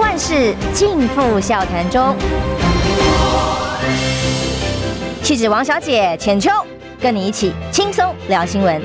万事尽付笑谈中。气质王小姐浅秋，跟你一起轻松聊新闻。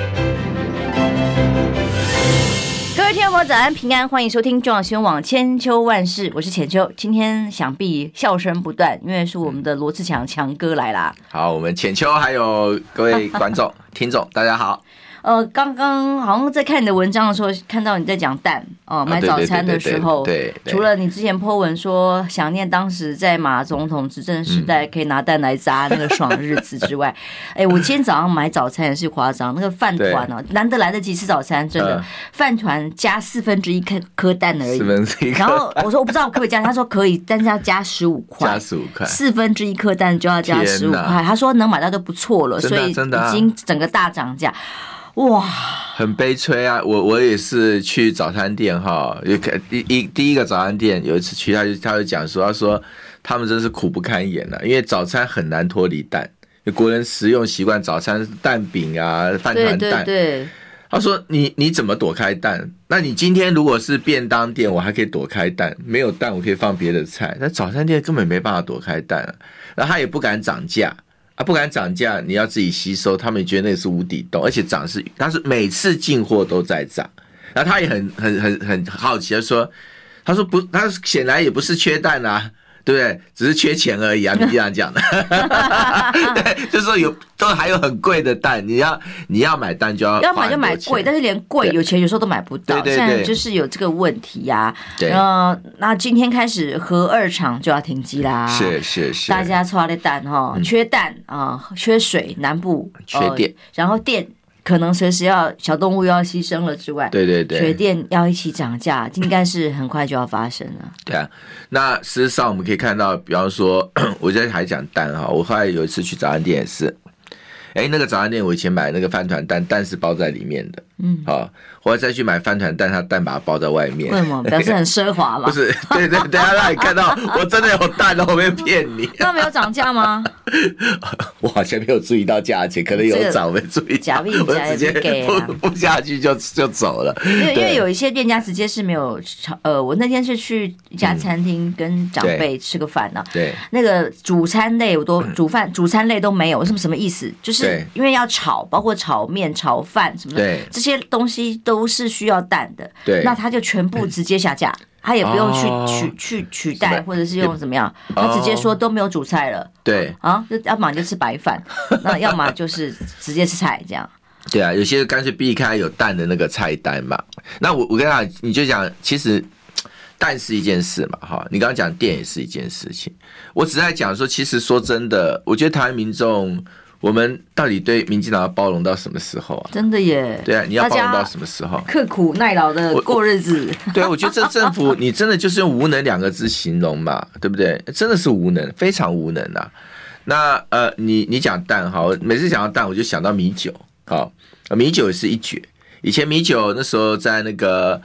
各位听众朋友早安平安，欢迎收听中央新闻网千秋万事，我是浅秋。今天想必笑声不断，因为是我们的罗志强强哥来啦。 好，我们浅秋还有各位观众听众大家好。 刚刚好像在看你的文章的时候，看到你在讲蛋买早餐的时候， 对， 除了你之前 po 文说想念当时在马总统执政时代可以拿蛋来砸那个爽日子之外，我今天早上买早餐也是夸张，那个饭团难得来得及吃早餐，真的饭团加1/4颗蛋而已，1/4。然后我说我不知道可不可以加，他说可以，但是要加15块， 加15块 ，1/4颗蛋就要加15块，他说能买到都不错了，所以已经整个大涨价。哇， 很悲催啊！我也是去早餐店哈，第一个早餐店有一次去，他就讲说，他说他们真是苦不堪言了，因为早餐很难脱离蛋，国人食用习惯早餐蛋饼啊、饭团蛋。 对。 他说你怎么躲开蛋？那你今天如果是便当店，我还可以躲开蛋，没有蛋我可以放别的菜，但早餐店根本没办法躲开蛋啊，然后他也不敢涨价。不敢涨价，你要自己吸收，他们觉得那是无底洞，而且他是每次进货都在涨，然后他也很好奇的说，他说不，他显然也不是缺蛋啊，对不对？只是缺钱而已啊，你这样讲的，对，就是说都还有很贵的蛋，你要买蛋就要买就买贵，但是连贵有钱有时候都买不到，现在就是有这个问题啊。对，那今天开始核2厂就要停机啦， 是， 大家抓的蛋缺蛋缺水，南部缺电， 然后电。可能随时小动物又要牺牲了之外， 对， 水电要一起涨价，应该是很快就要发生了。 对啊，那事实上我们可以看到，比方说，我在还讲蛋哈，我后来有一次去早餐店也是，那个早餐店我以前买那个饭团蛋是包在里面的，好，后来再去买饭团蛋，它蛋把它包在外面， 为什么？表示很奢华嘛？ 不是，对，等下让你看到我真的有蛋了，我没有骗你。 那没有涨价吗？ 我好像没有注意到价钱，可能有涨，没注意到，我直接不下去就走了。 因为有一些店家直接是没有我那天是去一家餐厅跟长辈吃个饭呢， 对， 那个主餐类我都主餐类都没有，什么意思？就是因为要炒，包括炒面、炒饭什么的，这些东西都是需要蛋的，对，那他就全部直接下架。他也不用去取代，或者是用怎么样，他直接说都没有主菜了。对啊，要么就吃白饭，那要么就是直接吃菜这样。 对啊，有些干脆避开有蛋的那个菜单嘛。那我跟他，你就讲，其实蛋是一件事嘛，哈，你刚刚讲电也是一件事情。我只在讲说，其实说真的，我觉得台湾民众。我们到底对民进党要包容到什么时候啊？ 真的耶！ 对啊，你要包容到什么时候？ 刻苦耐劳的过日子。 对啊，我觉得这政府你真的就是用无能2个字形容嘛，对不对？真的是无能，非常无能啊。那你讲蛋哈，每次讲到蛋我就想到米酒，好，米酒也是一绝。以前米酒那时候在那个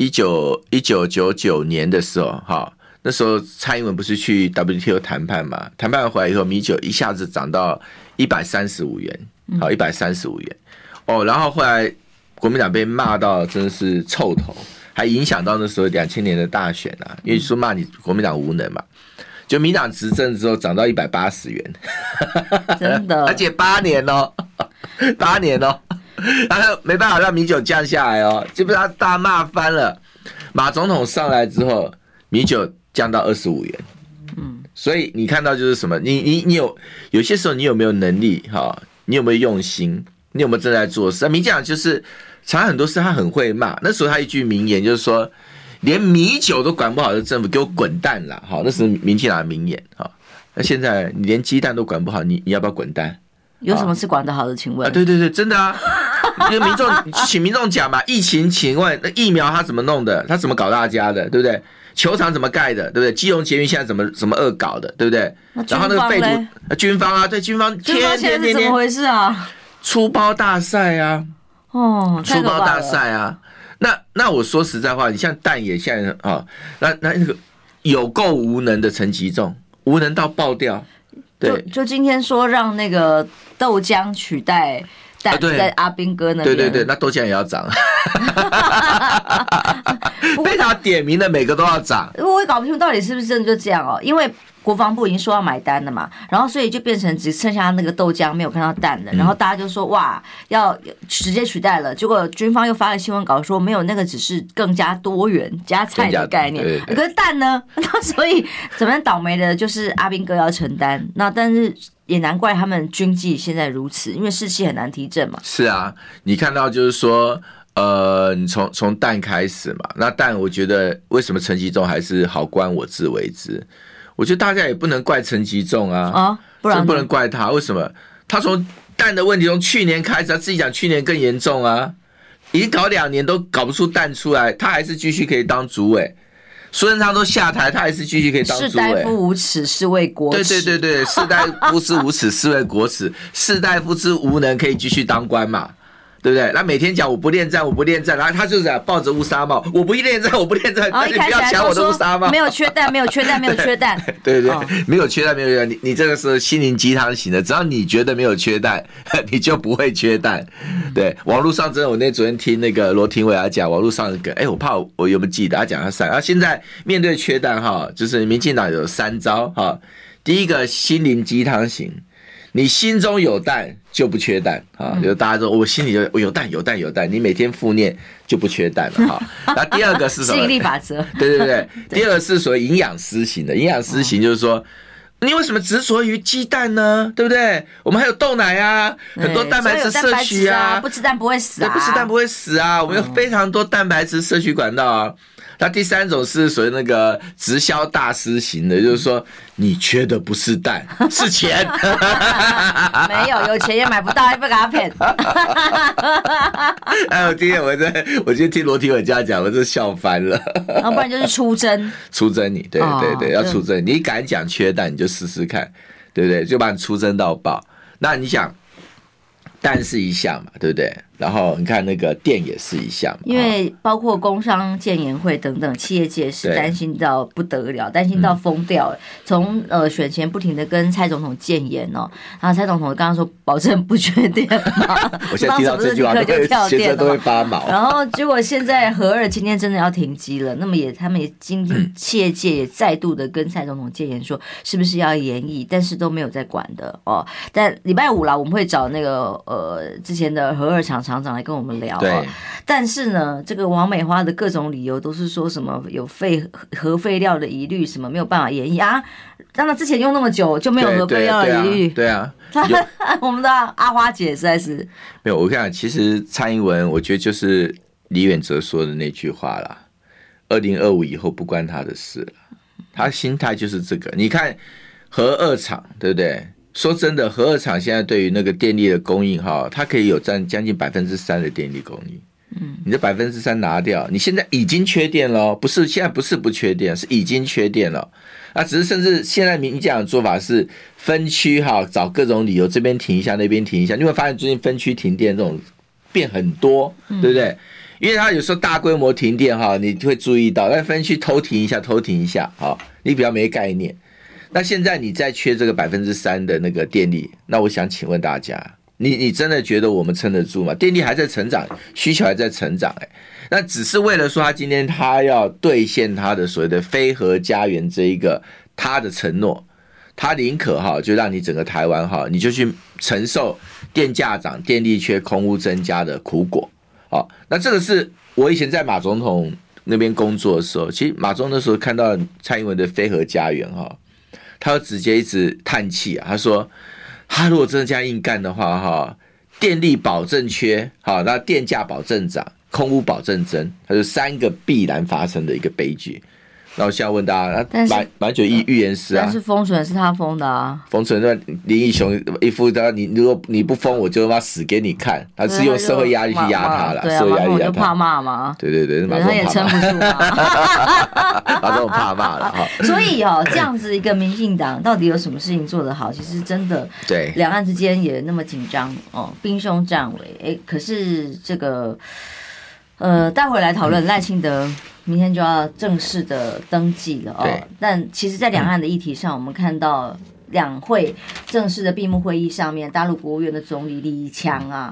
1999年的时候，哈。那时候蔡英文不是去 WTO 谈判嘛？谈判回来以后，米酒一下子涨到135元，好，135元哦。然后后来国民党被骂到真的是臭头，还影响到那时候2000年的大选啊，因为说骂你国民党无能嘛。就民党执政之后涨到180元， 真的， 而且8年哦，然后没办法让米酒降下来哦，基本上大家骂翻了。马总统上来之后，米酒降到25元，所以你看到就是什么？你有些时候你有没有能力哈？你有没有用心？你有没有正在做事？民进党就是常很多事他很会骂。那时候他一句名言就是说，连米酒都管不好的政府，给我滚蛋啦！好，那是民进党的名言哈。那现在你连鸡蛋都管不好，你要不要滚蛋？ 有什么是管得好的？请问？ 对，真的啊！因为请民众讲嘛，疫情，请问那疫苗他怎么弄的？他怎么搞大家的？对不对？球场怎么盖的，对不对？基隆捷运现在怎么恶搞的，对不对？然后那个废土军方啊，对军方天现在是怎么回事啊？ 出包大赛啊，出包大赛啊。那我说实在话，你像蛋也现在那个有够无能的陈吉仲，无能到爆掉。对， 就今天说让那个豆浆取代蛋在阿兵哥那边。 对，那豆浆也要涨。被他点名的每个都要涨。 我也搞不清楚到底是不是真的就这样哦，因为国防部已经说要买单了嘛，然后所以就变成只剩下那个豆浆没有看到蛋了，然后大家就说哇要直接取代了，结果军方又发了新闻稿说没有，那个只是更加多元加菜的概念，可是蛋呢？那所以怎么样倒霉的就是阿兵哥要承担，那但是也难怪他们军纪现在如此，因为士气很难提振嘛。 是啊，你看到就是说。你从蛋开始嘛，那蛋我觉得为什么陈吉仲还是好官我自为之？我觉得大家也不能怪陈吉仲啊，不然不能怪他，为什么？他从蛋的问题从去年开始，他自己讲去年更严重啊，已经搞2年都搞不出蛋出来，他还是继续可以当主委。苏贞昌都下台，他还是继续可以当主委。 士大夫无耻，是为国耻。 对，士大夫之无耻，是为国耻；士大夫之无能，可以继续当官嘛。对不对？那每天讲我不恋战，然后他就是抱着乌纱帽，我不恋战，但你不要抢我的乌纱帽。 没有缺蛋。 对，没有缺蛋。你这个是心灵鸡汤型的，只要你觉得没有缺蛋，你就不会缺蛋。对，网络上真的，我昨天听那个罗廷伟讲，网络上的梗，我怕我有没有记得他讲他3，然后现在面对缺蛋哈，就是民进党有3招哈。第一个心灵鸡汤型。你心中有蛋就不缺蛋啊！就大家说我心里有蛋，你每天复念就不缺蛋了哈。那第二个是什么？ 吸引力法则。 对，第二个是所谓营养师型的，营养师型就是说，你为什么执着于鸡蛋呢？对不对？我们还有豆奶啊，很多蛋白质摄取啊， 不吃蛋不会死啊， 不吃蛋不会死啊，我们有非常多蛋白质摄取管道啊。那第3种是属于那个直销大师型的，就是说你缺的不是蛋，是钱。 没有钱也买不到，还不给他骗。 我今天我就听罗廷伟这样讲，我真笑翻了。 然后不然就是出征你， 对，要出征你敢讲缺蛋，你就试试看，对不对？就把你出征到爆。那你想，蛋是一项嘛，对不对？然后你看那个电也是一项， 因为包括工商建研会等等，企业界是担心到不得了，担心到疯掉了。从选前不停的跟蔡总统建言哦，然后蔡总统刚刚说保证不缺电嘛， 我现在听到这句话都会发毛。 然后结果现在核2今天真的要停机了，那么他们也企业界也再度的跟蔡总统建言说，是不是要延役，但是都没有在管的哦。但礼拜5啦，我们会找那个之前的核2厂长来跟我们聊啊，但是呢，这个王美花的各种理由都是说什么有核废料的疑虑，什么没有办法延役啊？当然之前用那么久就没有核废料的疑虑， 对啊， 我们的阿花姐实在是没有。我看其实蔡英文，我觉得就是李远哲说的那句话啦，2025以后不关他的事了，他心态就是这个。你看核2厂，对不对？说真的，核2厂现在对于那个电力的供应哈，它可以有占将近3%的电力供应。你这3%拿掉，你现在已经缺电了，现在不是不缺电，是已经缺电了。那只是甚至现在民进党的做法是分区哈，找各种理由，这边停一下，那边停一下。你会发现最近分区停电这种变很多，对不对？因为它有时候大规模停电哈，你会注意到，但分区偷停一下，好，你比较没概念。那现在你再缺这个3%的那个电力，那我想请问大家，你真的觉得我们撑得住吗？电力还在成长，需求还在成长，那只是为了说他今天他要兑现他的所谓的非核家园这一个他的承诺，他宁可就让你整个台湾你就去承受电价涨、电力缺、空污增加的苦果。那这个是我以前在马总统那边工作的时候，其实马总那时候看到蔡英文的非核家园他就直接一直叹气他说他如果真的这样硬干的话电力保证缺那电价保证涨，空污保证增，它是3个必然发生的一个悲剧。那我现在问大家，马英九预言师但是封存是他封的啊， 封存林义雄一副你如果你不封，我就死给你看，他是用社会压力去压他了， 社会压力压他，就怕骂嘛， 对， 他也撑不住嘛， 马总怕骂了所以这样子一个民进党到底有什么事情做得好？其实真的， 对， 两岸之间也那么紧张兵凶战危，可是这个待会来讨论赖清德。明天就要正式的登记了但其实在两岸的议题上，我们看到两会正式的闭幕会议上面，大陆国务院的总理李强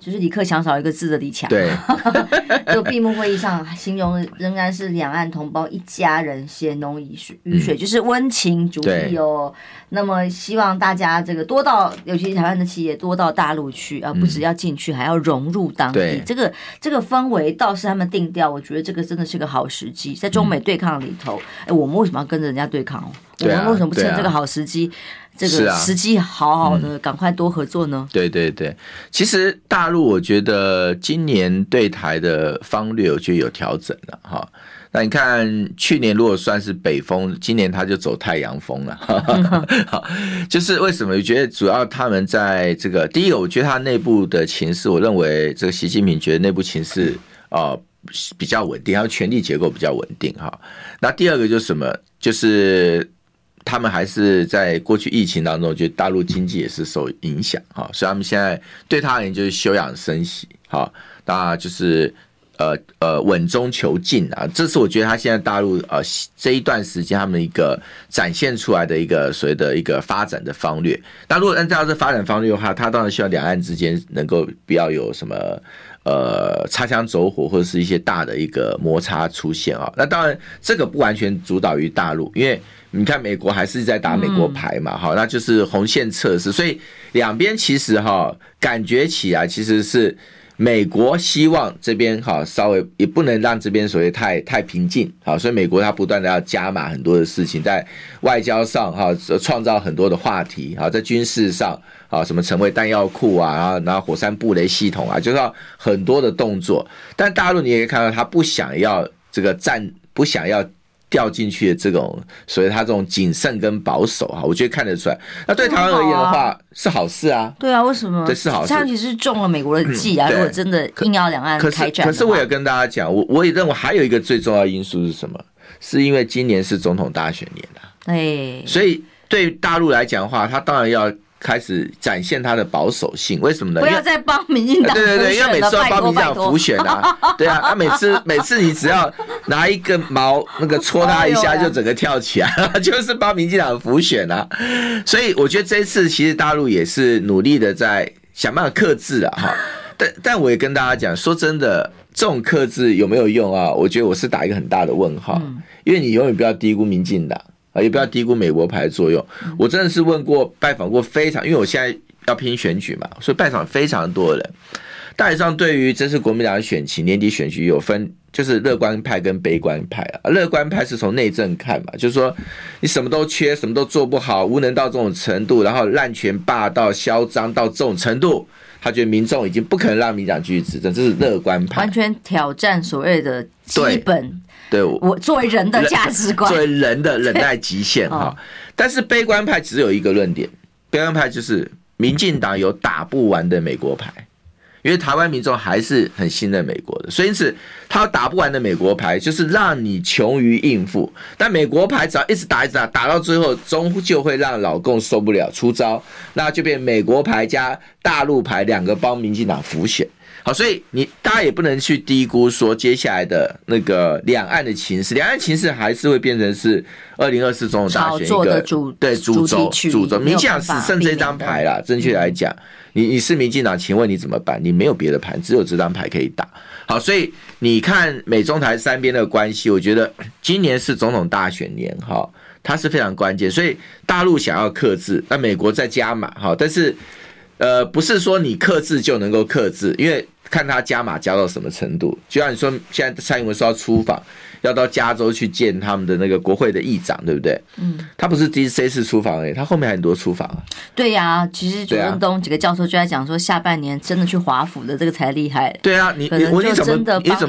就是李克强少一个字的李强。 对， 就闭幕会议上形容仍然是两岸同胞一家人，血浓于水，就是温情主义哦。那么希望大家这个多到，尤其是台湾的企业多到大陆去啊，不只要进去，还要融入当地。这个氛围倒是他们定调，我觉得这个真的是个好时机，在中美对抗里头，我们为什么要跟着人家对抗？我们为什么不趁这个好时机？这个时机好好的，赶快多合作呢？ 对对对，其实大陆我觉得今年对台的方略，我觉得有调整了哈。那你看，去年如果算是北风，今年他就走太阳风了。就是为什么？我觉得主要他们在这个第一个，我觉得他内部的情势，我认为这个习近平觉得内部情势比较稳定，还有权力结构比较稳定哈。那第二个就是什么？就是他们还是在过去疫情当中，我觉得大陆经济也是受影响哈，所以他们现在对他而言就是休养生息哈，那就是稳中求进啊，这是我觉得他现在大陆这一段时间他们一个展现出来的一个所谓的一个发展的方略。那如果按照这发展方略的话，他当然希望两岸之间能够不要有什么擦枪走火或者是一些大的一个摩擦出现啊。那当然这个不完全主导于大陆，因为你看美国还是在打美国牌嘛，好，那就是红线测试，所以两边其实感觉起来其实是美国希望这边稍微也不能让这边所谓太平静，好，所以美国它不断的要加码很多的事情，在外交上创造很多的话题，在军事上什么成为弹药库啊，然后火山布雷系统啊，就是要很多的动作。但大陆你也可以看到，他不想要这个不想要掉进去的这种，所以他这种谨慎跟保守我觉得看得出来。那对台湾而言的话，是好事啊。 对啊，为什么？ 对，是好事。 这样其实是中了美国的计啊。如果真的硬要两岸开战， 可是我也跟大家讲，我也认为还有一个最重要的因素是什么？是因为今年是总统大选年啊。所以对大陆来讲的话，他当然要开始展现他的保守性，为什么呢？ 不要再帮民进党对，因为每次要帮民进党辅选啊，对啊，每次你只要拿一根毛那个戳他一下，就整个跳起来，就是帮民进党辅选啊。所以我觉得这一次其实大陆也是努力的在想办法克制啊，但我也跟大家讲，说真的，这种克制有没有用啊？我觉得我是打一个很大的问号，因为你永远不要低估民进党。也不要低估美国牌的作用。我真的是拜访过因为我现在要拼选举嘛，所以拜访非常多的人。大体上对于这次国民党的选情，年底选举有分，就是乐观派跟悲观派啊。乐观派是从内政看嘛，就是说你什么都缺，什么都做不好，无能到这种程度，然后滥权霸道、嚣张到这种程度，他觉得民众已经不可能让民进党继续执政，这是乐观派， 完全挑战所谓的基本。 对， 我作为人的价值观， 作为人的忍耐极限但是悲观派只有一个论点，悲观派就是民进党有打不完的美国牌，因为台湾民众还是很信任美国的，所以因此他有打不完的美国牌，就是让你穷于应付。但美国牌只要一直打，打到最后，终究会让老共受不了出招，那就变美国牌加大陆牌两个帮民进党辅选。好，所以大家也不能去低估说接下来的那个两岸的情势，两岸情势还是会变成是2024总统大选一个主轴。民进党只剩这张牌啦，正确来讲，你是民进党，请问你怎么办？你没有别的牌，只有这张牌可以打。好，所以你看美中台三边的关系，我觉得今年是总统大选年它是非常关键，所以大陆想要克制，那美国再加码但是不是说你克制就能够克制，因为看他加码加到什么程度。就像你说，现在蔡英文说要出访，要到加州去见他们的那个国会的议长，对不对？他不是这次出访而已，他后面还很多出访啊。 对呀，其实左宗东几个教授就在讲说，下半年真的去华府的这个才厉害。 对啊，你怎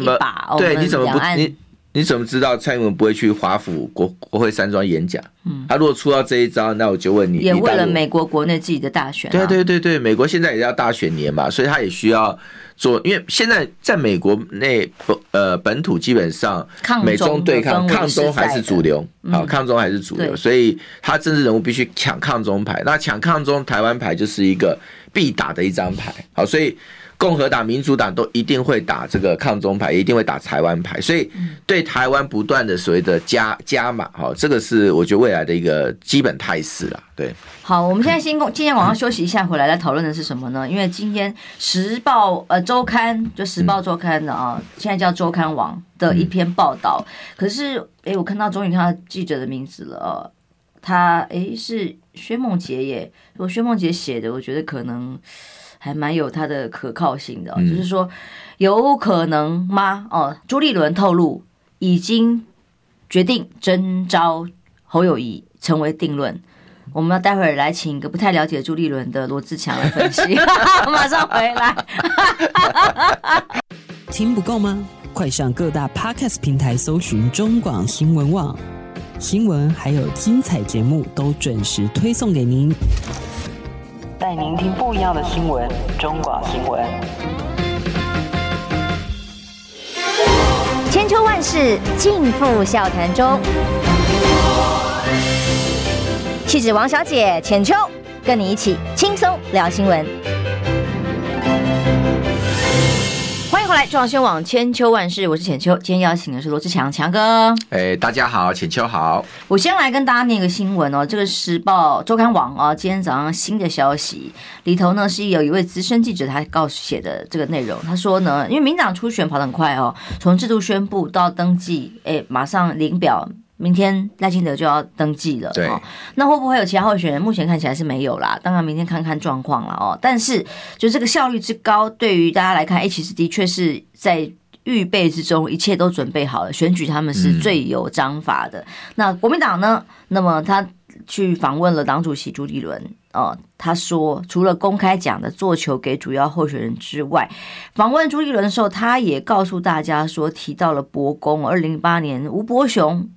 么知道蔡英文不会去华府国会山庄演讲？他如果出到这一招，那我就问你， 也为了美国国内自己的大选。 对，美国现在也要大选年嘛，所以他也需要做，因为现在在美国内本土基本上美中对抗，抗中还是主流，抗中还是主流，所以他政治人物必须抢抗中牌。那抢抗中，台湾牌就是一个必打的一张牌。好，所以共和党、民主党都一定会打这个抗中牌，也一定会打台湾牌，所以对台湾不断的所谓的加码，这个是我觉得未来的一个基本态势啦。对， 好，我们现在今天晚上休息一下，回来讨论的是什么呢？因为今天时报周刊就时报周刊的现在叫周刊网的一篇报道，可是我终于看到记者的名字了他是薛梦洁耶，如果薛梦洁写的，我觉得可能还蛮有它的可靠性的，就是说有可能吗？朱立伦透露已经决定征召侯友宜成为定论。我们要待会儿来请一个不太了解朱立伦的罗志强来分析，马上回来。 听不够吗？快上各大 Podcast 平台搜寻中广新闻网，新闻还有精彩节目都准时推送给您，带您听不一样的新闻。中广新闻， 千秋万世尽付笑谈中。气质王小姐浅秋，跟你一起轻松聊新闻。 欢迎回来，中广新闻网千秋万世，我是浅秋。今天邀请的是罗志强，强哥。 大家好，浅秋好。 我先来跟大家念个新闻这个时报周刊网今天早上新的消息里头呢，是有一位资深记者他写的这个内容。他说呢，因为民党初选跑得很快从制度宣布到登记，马上领表。明天赖清德就要登记了， 对， 那会不会有其他候选人？目前看起来是没有啦，当然明天看看状况了但是就这个效率之高，对于大家来看，其实的确是在预备之中，一切都准备好了。选举他们是最有章法的。那国民党呢？那么他去访问了党主席朱立伦。他说除了公开讲的做球给主要候选人之外，访问朱立伦的时候，他也告诉大家说，提到了伯公2008年吴伯雄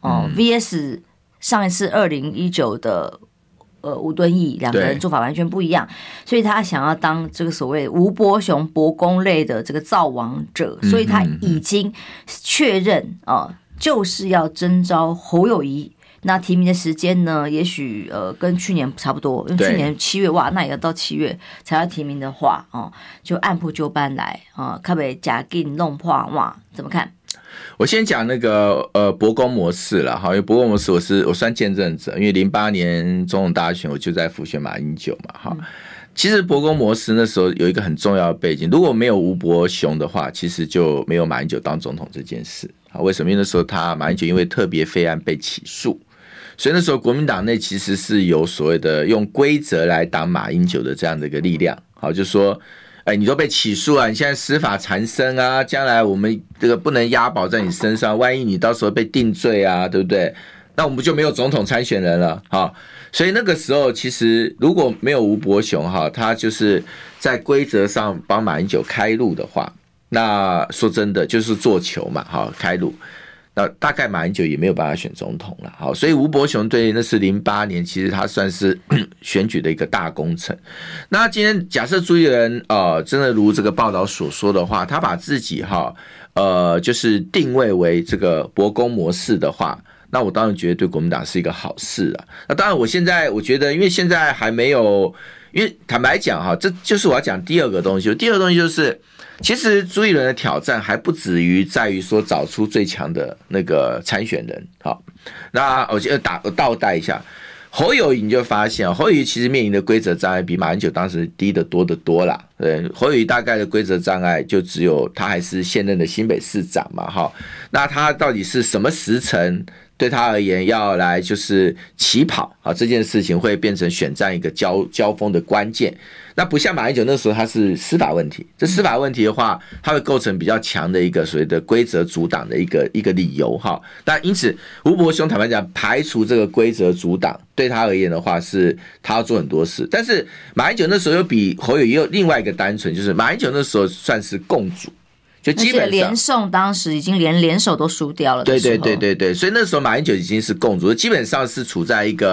VS 上一次2019的吴敦义，两个人做法完全不一样，所以他想要当这个所谓吴伯雄伯公类的这个造王者，所以他已经确认就是要征召侯友宜。那提名的时间呢？也许跟去年差不多，因为去年7月那也要到7月才要提名的话就按部就班来可不可以假定弄破怎么看？ 我先讲那个伯公模式啦，因为伯公模式我算见证者，因为08年总统大选我就在辅选马英九嘛其实伯公模式那时候有一个很重要的背景，如果没有吴伯雄的话，其实就没有马英九当总统这件事为什么？因为那时候马英九因为特别废案被起诉。所以那时候国民党内其实是有所谓的用规则来挡马英九的这样的一个力量，就是说，你都被起诉你现在司法缠身将来我们这个不能押宝在你身上，万一你到时候被定罪对不对？那我们就没有总统参选人了所以那个时候其实如果没有吴伯雄他就是在规则上帮马英九开路的话，那说真的就是做球嘛开路。那大概马英九也没有办法选总统了，所以吴伯雄对那是08年，其实他算是选举的一个大工程。那今天假设朱立伦真的如这个报道所说的话，他把自己就是定位为这个伯公模式的话，那我当然觉得对国民党是一个好事那当然我觉得，因为现在还没有，因为坦白讲这就是我要讲第二个东西。第二个东西就是。其实朱立伦的挑战还不止于在于说找出最强的那个参选人。那我就倒带一下，侯友宜你就发现侯友宜其实面临的规则障碍比马英九当时低得多得多啦。对，侯友宜大概的规则障碍就只有他还是现任的新北市长嘛。那他到底是什么时辰？对他而言要来就是起跑这件事情会变成选战一个交锋的关键。那不像马英九那时候他是司法问题，这司法问题的话它会构成比较强的一个所谓的规则阻挡的一个理由但因此吴伯雄坦白讲排除这个规则阻挡对他而言的话是他要做很多事，但是马英九那时候又比侯友宜有另外一个单纯，就是马英九那时候算是共主，就基本上连宋当时已经连联手都输掉了。 对，所以那时候马英九已经是共主，基本上是处在一个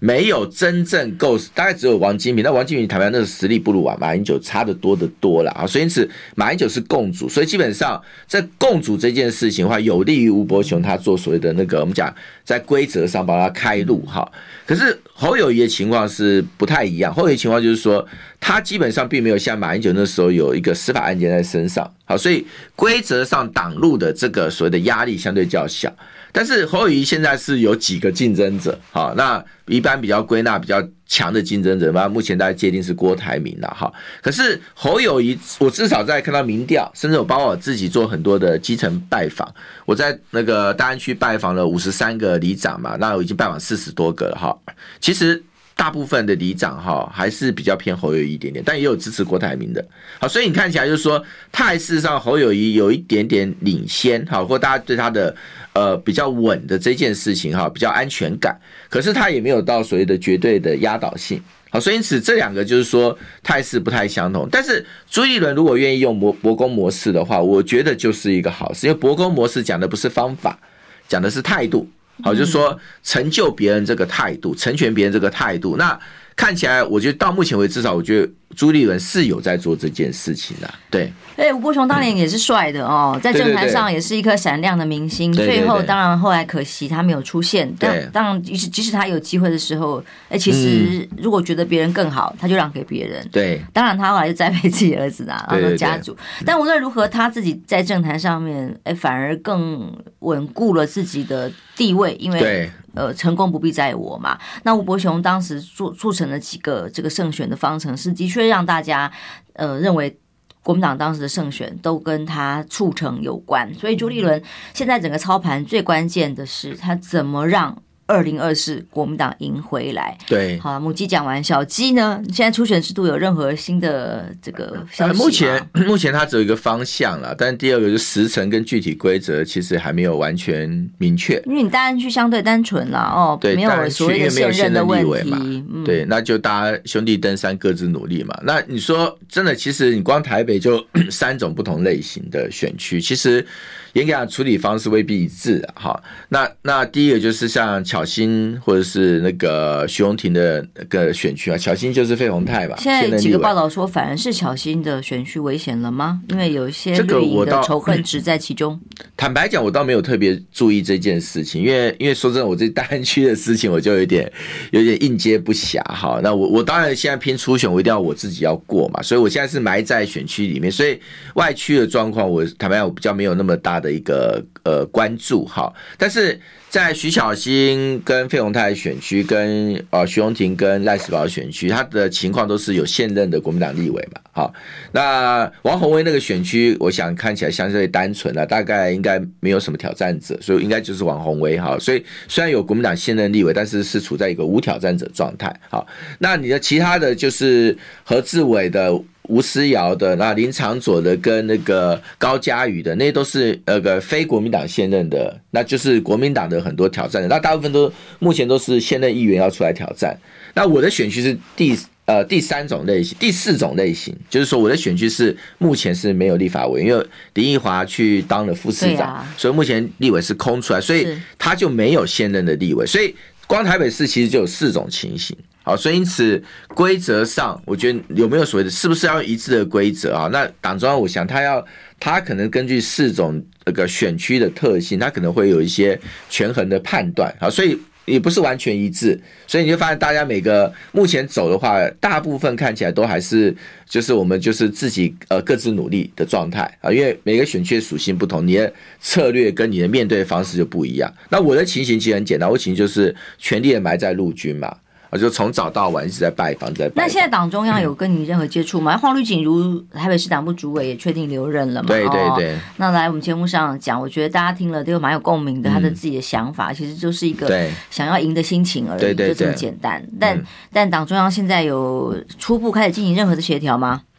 没有真正够，大概只有王金平。那王金平坦白那个实力不如马英九差得多得多了啊，所以因此马英九是共主，所以基本上在共主这件事情的话，有利于吴伯雄他做所谓的那个我们讲在规则上帮他开路哈。可是侯友宜的情况是不太一样，侯友宜情况就是说他基本上并没有像马英九那时候有一个司法案件在身上，好，所以规则上挡路的这个所谓的压力相对较小。但是侯友宜现在是有几个竞争者，好，那一般比较归纳比较强的竞争者嘛，目前大家界定是郭台铭啦，哈。可是侯友宜，我至少在看到民调，甚至我包括我自己做很多的基层拜访，我在那个大安区拜访了53个里长嘛，那我已经拜访40多个了哈。其实大部分的里长哈还是比较偏侯友宜一点点，但也有支持郭台铭的。好，所以你看起来就是说，态势上侯友宜有一点点领先，好，或大家对他的比较稳的这件事情哈比较安全感，可是他也没有到所谓的绝对的压倒性。好，所以因此这两个就是说态势不太相同。但是朱立伦如果愿意用伯公模式的话，我觉得就是一个好事，因为伯公模式讲的不是方法，讲的是态度。好，就是说成就别人这个态度，成全别人这个态度。那看起来，我觉得到目前为止，至少我觉得朱立伦是有在做这件事情的。对， 吴伯雄当年也是帅的哦，在政坛上也是一颗闪亮的明星。最后当然后来可惜他没有出现。当然即使他有机会的时候，其实如果觉得别人更好，他就让给别人。 对， 当然他后来就栽培自己儿子啊，然后家族。但无论如何，他自己在政坛上面，反而更稳固了自己的地位，因为成功不必在我嘛。那吴伯雄当时促成了几个这个胜选的方程式，的确让大家认为国民党当时的胜选都跟他促成有关。所以朱立伦现在整个操盘最关键的是他怎么让2024国民党赢回来。 对， 好，母鸡讲完，小鸡呢？现在初选制度有任何新的这个消息吗？ 目前它只有一个方向啦，但第二个就是时程跟具体规则其实还没有完全明确。 因为你大安区相对单纯啦， 对， 没有所谓的现任的问题嘛，对，那就大家兄弟登山各自努力嘛。那你说真的，其实你光台北就3种不同类型的选区，其实严格讲处理方式未必一致啊。那第一个就是像巧芯或者是那个徐荣庭的那个选区啊，巧芯就是费鸿泰吧。 现在几个报道说，反而是巧芯的选区危险了吗？因为有一些绿营的仇恨值在其中。 坦白讲，我倒没有特别注意这件事情，因为说真的，我这大安区的事情我就有点应接不暇哈。那我当然现在拼初选，我一定要我自己要过嘛，所以我现在是埋在选区里面，所以外区的状况，我坦白讲，我比较没有那么大的一个关注哈。但是在徐巧芯跟费鸿泰选区，跟徐荣庭跟赖士葆选区，他的情况都是有现任的国民党立委嘛。好，那王宏威那个选区，我想看起来相对单纯了，大概应该没有什么挑战者，所以应该就是王宏威。好，所以虽然有国民党现任立委，但是是处在一个无挑战者状态。好，那你的其他的就是何志伟的、吴思瑶的、那林昶佐的跟那个高嘉瑜的，那些都是非国民党现任的，那就是国民党的很多挑战的，那大部分目前都是现任议员要出来挑战。那我的选区是第3种类型，第4种类型，就是说我的选区是目前是没有立法委员，因为林奕华去当了副市长，所以目前立委是空出来，所以他就没有现任的立委，所以光台北市其实就有4种情形。好，所以因此规则上，我觉得有没有所谓的，是不是要一致的规则啊？那党中央我想他可能根据4种那个选区的特性，他可能会有一些权衡的判断。好，所以也不是完全一致，所以你就发现大家每个目前走的话，大部分看起来都还是就是我们就是自己各自努力的状态啊，因为每个选区的属性不同，你的策略跟你的面对方式就不一样。那我的情形其实很简单，我情形就是全力的埋在陆军嘛。就从早到晚一直在拜访，那现在党中央有跟你任何接触吗？黄吕锦如台北市党部主委也确定留任了嘛？ 对对对。 那来我们节目上讲，我觉得大家听了都蛮有共鸣的，他的自己的想法其实就是一个想要赢的心情而已，对对对，就这么简单。但党中央现在有初步开始进行任何的协调吗？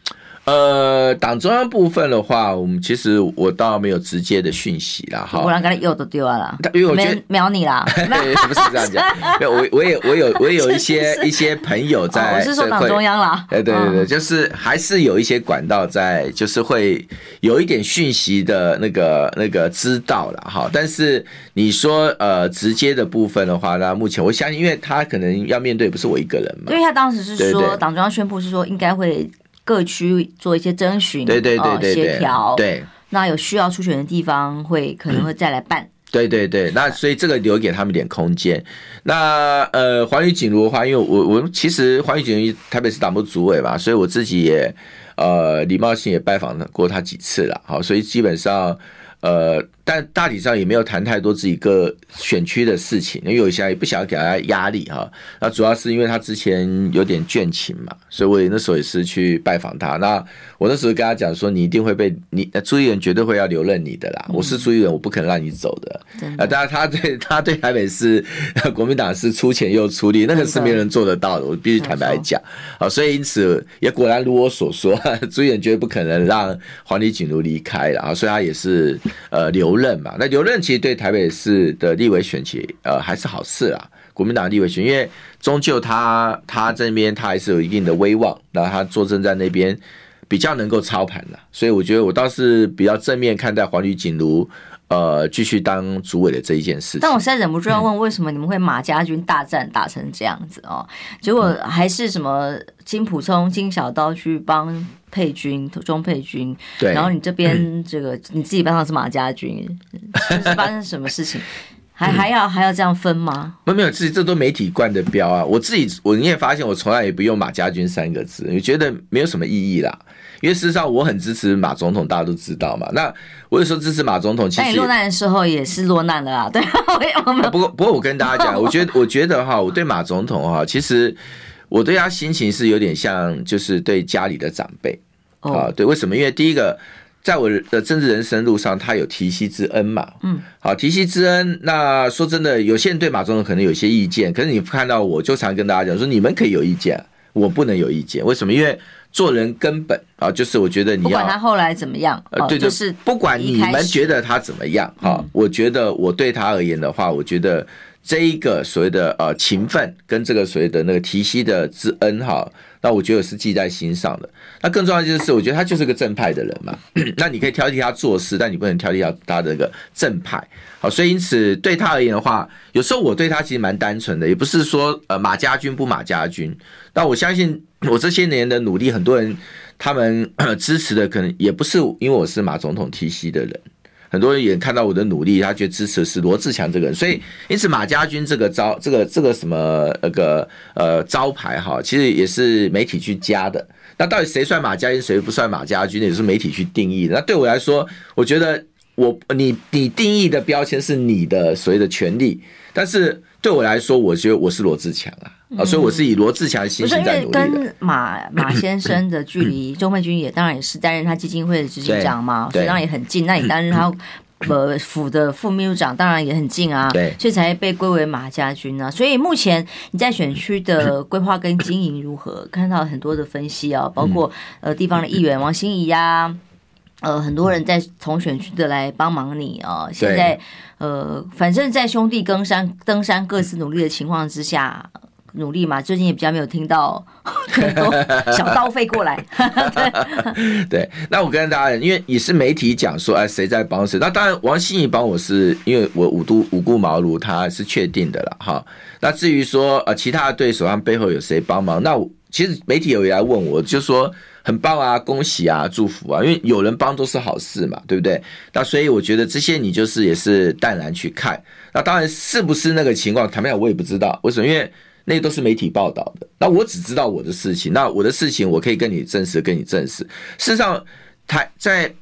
党中央部分的话，其实我倒没有直接的讯息啦，哈。 我让刚才又都丢了啦， 因为我觉得瞄你啦， 不是这样讲。我也有一些朋友在， 我是说党中央啦。 对，就是还是有一些管道在，就是会有一点讯息的那个知道啦，哈。但是你说直接的部分的话，那目前我相信，因为他可能要面对不是我一个人嘛， 因为他当时是说党中央宣布是说应该会各区做一些征询，对，协调， 对， 那有需要初选的地方可能会再来办， 对，那所以这个留给他们一点空间。那环宇锦如的话，因为我其实环宇锦如台北市党部主委嘛，所以我自己也礼貌性也拜访过他几次了，好，所以基本上但大体上也没有谈太多自己各选区的事情，因为有些也不想要给他压力哈。那主要是因为他之前有点倦勤嘛，所以我那时候也是去拜访他。那我那时候跟他讲说，你一定会被朱立伦绝对会要留任你的啦。我是朱立伦，我不可能让你走的。当然他对台北市国民党是出钱又出力，那个是没人做得到的，我必须坦白讲。好，所以因此也果然如我所说，朱立伦绝对不可能让黄李锦如离开了，所以他也是留任嘛。那留任其实对台北市的立委选举还是好事啦，国民党立委选，因为终究他这边他还是有一定的威望，然后他坐镇在那边比较能够操盘啦，所以我觉得我倒是比较正面看待黄吕锦如继续当主委的这一件事情。 但我实在忍不住要问，为什么你们会马家军大战打成这样子哦？结果还是什么金溥聪、金小刀去帮佩君、钟佩君，对，然后你这边这个你自己班上是马家军，是发生什么事情？还要这样分吗？ 没有，其实这都媒体灌的标啊。你也发现我从来也不用马家军3个字，我觉得没有什么意义啦。因为事实上我很支持马总统，大家都知道嘛。那我有时候支持马总统，其实但你落难的时候也是落难的啦，对。 不过我跟大家讲，我觉得哈，我对马总统哈，其实我对他心情是有点像，就是对家里的长辈啊。对，为什么？因为第一个，在我的政治人生路上，他有提携之恩嘛。好，提携之恩。那说真的，有些人对马总统可能有一些意见，可是你看到我就常跟大家讲说，你们可以有意见，我不能有意见。为什么？因为做人根本啊，就是我觉得你要不管他后来怎么样， 对， 就是不管你们觉得他怎么样哈，我觉得我对他而言的话，我觉得这一个所谓的情分跟这个所谓的那个提携的之恩哈，那我觉得是记在心上的。那更重要的就是，我觉得他就是个正派的人嘛。那你可以挑剔他做事，但你不能挑剔他的这个正派。好，所以因此对他而言的话，有时候我对他其实蛮单纯的，也不是说马家军不马家军。但我相信我这些年的努力，很多人他们支持的可能也不是因为我是马总统提携的人。很多人也看到我的努力，他觉得支持的是罗智强这个人，所以因此马家军这个什么招牌哈，其实也是媒体去加的。那到底谁算马家军，谁不算马家军，也是媒体去定义的。那对我来说，我觉得你定义的标签是你的所谓的权利，但是对我来说，我觉得我是罗智强啊，所以我是以罗智强的心情在努力的。 跟马先生的距离，钟佩君也当然也是担任他基金会的执行长嘛，所以当然也很近。那你担任他府的副秘书长，当然也很近啊，所以才被归为马家军啊。所以目前你在选区的规划跟经营如何？看到很多的分析啊，包括地方的议员王心怡呀。很多人在从选区的来帮忙你啊，现在反正在兄弟登山各自努力的情况之下，努力嘛，最近也比较没有听到很多小刀飞过来。 对，那我跟大家，因为也是媒体讲说，谁在帮谁？那当然，王心怡帮我是因为我五顾茅庐，他是确定的了哈。那至于说其他的对手，他们背后有谁帮忙？那其实媒体有来问我，就说很棒啊，恭喜啊，祝福啊，因为有人帮都是好事嘛，对不对？那所以我觉得这些你就是也是淡然去看。那当然是不是那个情况，坦白讲我也不知道，为什么？因为那都是媒体报道的，那我只知道我的事情，那我的事情我可以跟你证实。事实上，在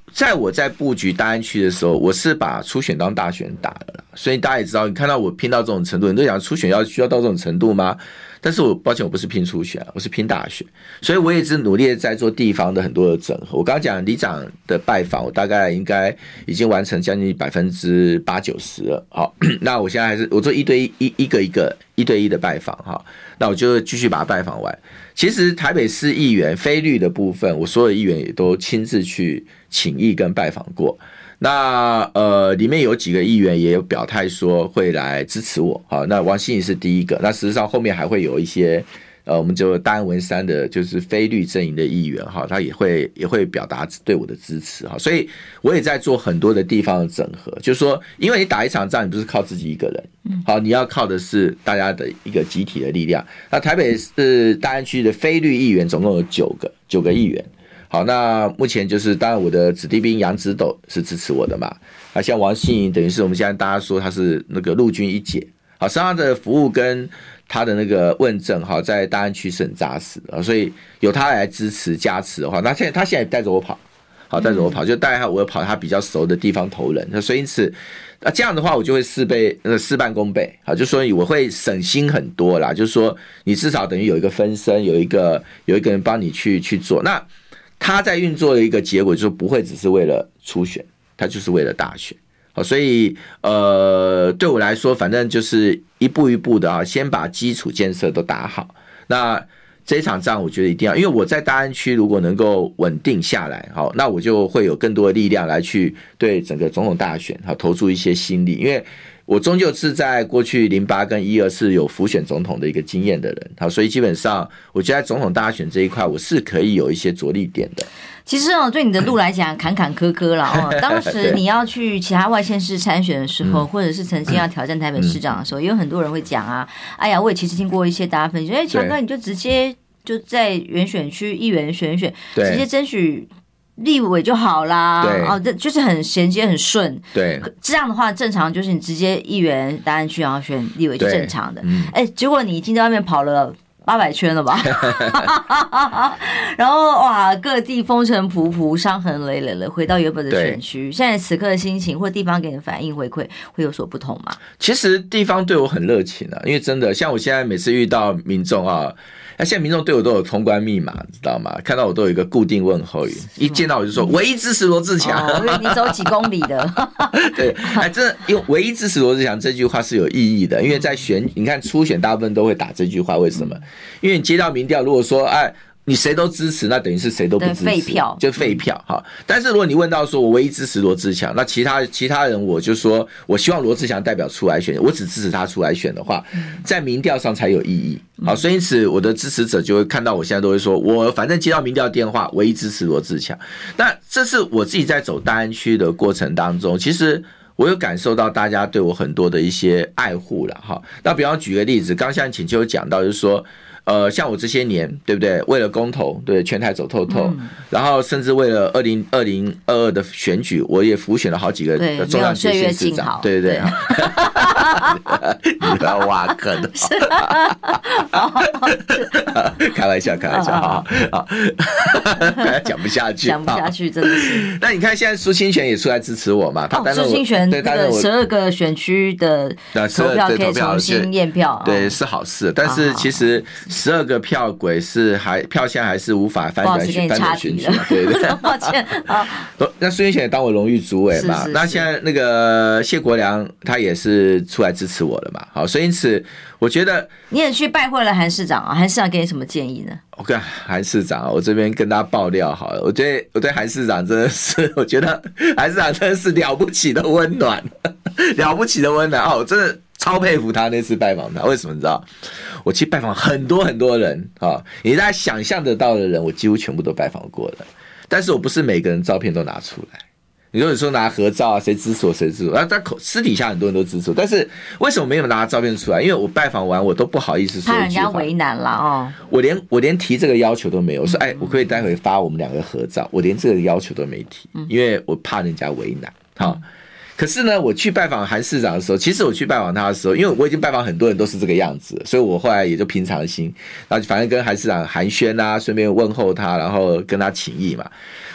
在我在布局大安区的时候，我是把初选当大选打的啦，所以大家也知道，你看到我拼到这种程度，你都想初选需要到这种程度吗？但是抱歉，我不是拼初选，我是拼大选，所以我也是努力的在做地方的很多的整合。我刚刚讲里长的拜访，我大概应该已经完成将近80%-90%了。好，那我现在还是我做一对一的拜访哈，那我就继续把它拜访完。其实台北市议员非绿的部分，我所有议员也都亲自去请益跟拜访过。那里面有几个议员也有表态说会来支持我，好，那王心怡是第一个，那事实上后面还会有一些我们就大安文山的就是非绿阵营的议员哈，他也会表达对我的支持哈，所以我也在做很多的地方的整合，就是说，因为你打一场仗，你不是靠自己一个人，好，你要靠的是大家的一个集体的力量。那台北市大安区的非绿议员总共有9个议员。好，那目前就是当然我的子弟兵杨子斗是支持我的嘛，啊，像王心怡等于是我们现在大家说他是那个陆军一姐，好，实际上他的服务跟他的那个问政，好，在大安区是很扎实的，所以有他来支持加持的话，那他现在也带着我跑，好，带着我跑，就带我跑他比较熟的地方头人，那所以因此这样的话我就会事半功倍，好，就说我会省心很多啦，就是说你至少等于有一个分身，有一个人帮你去做，那他在运作的一个结果就是不会只是为了初选，他就是为了大选。好，所以对我来说，反正就是一步一步的啊，先把基础建设都打好。那这一场仗，我觉得一定要，因为我在大安区如果能够稳定下来，好，那我就会有更多的力量来去对整个总统大选好投注一些心力，因为我终究是在过去08跟12是有辅选总统的一个经验的人，好，所以基本上我觉得在总统大选这一块，我是可以有一些着力点的。 其实对你的路来讲，坎坎坷坷啦当时你要去其他外县市参选的时候，或者是曾经要挑战台北市长的时候，也有很多人会讲啊，哎呀，我也其实听过一些大家分析，强哥你就直接就在原选区议员选，直接争取立委就好啦，这就是很衔接很顺。对，这样的话正常就是你直接议员大安区然后选立委就正常的。结果你已经在外面跑了800圈了吧？然后哇，各地风尘仆仆，伤痕累累了，回到原本的选区。现在此刻的心情或地方给你的反应回馈会有所不同吗？ 其实地方对我很热情啊，因为真的像我现在每次遇到民众啊。那现在民众对我都有通关密码，知道吗？看到我都有一个固定问候语，一见到我就说唯一支持罗智强。 因为你走几公里的。 对，真的，因为唯一支持罗智强这句话是有意义的，因为在你看初选大部分都会打这句话，为什么？因为你接到民调，如果说你谁都支持，那等于是谁都不支持， 废票就废票哈。但是如果你问到说我唯一支持罗智强，那其他人我就说我希望罗智强代表出来选，我只支持他出来选的话，在民调上才有意义。好，所以因此我的支持者就会看到我现在都会说，我反正接到民调电话，唯一支持罗智强。那这是我自己在走大安区的过程当中，其实我有感受到大家对我很多的一些爱护了哈。那比方举个例子，刚像浅秋有讲到，就是说。像我这些年，对不对？为了公投，对全台走透透，然后甚至为了2022的选举，我也辅选了好几个中央区县市长，对对对。你不要挖坑，开玩笑，好，讲不下去， 真的是。 那你看，现在苏清泉也出来支持我嘛？他苏清泉那个12个选区的投票可以重新验票， 对，是好事。但是其实12个票轨票线还是无法翻转选举，对对对， 抱歉。 那苏清泉也当我荣誉主委嘛，那现在那个谢国良他也是出来支持我了嘛，好，所以因此我觉得你也去拜会了韩市长啊，韩市长给你什么建议呢？ 我跟韩市长，我这边跟他爆料好了，我对韩市长真的是，我觉得韩市长真的是了不起的温暖，了不起的温暖我真的超佩服他那次拜访他，为什么你知道？我去拜访很多很多人你大家想象得到的人，我几乎全部都拜访过了。但是我不是每个人照片都拿出来。你说拿合照谁支持我谁支持我，但私底下很多人都支持我，但是为什么没有拿照片出来？因为我拜访完我都不好意思说一句话， 怕人家为难了我连提这个要求都没有，我说我可以待会发我们2个合照，我连这个要求都没提，因为我怕人家为难可是呢，我去拜访韩市长的时候，其实我去拜访他的时候，因为我已经拜访很多人都是这个样子，所以我后来也就平常心，然后反正跟韩市长寒暄啊，顺便问候他，然后跟他请益嘛。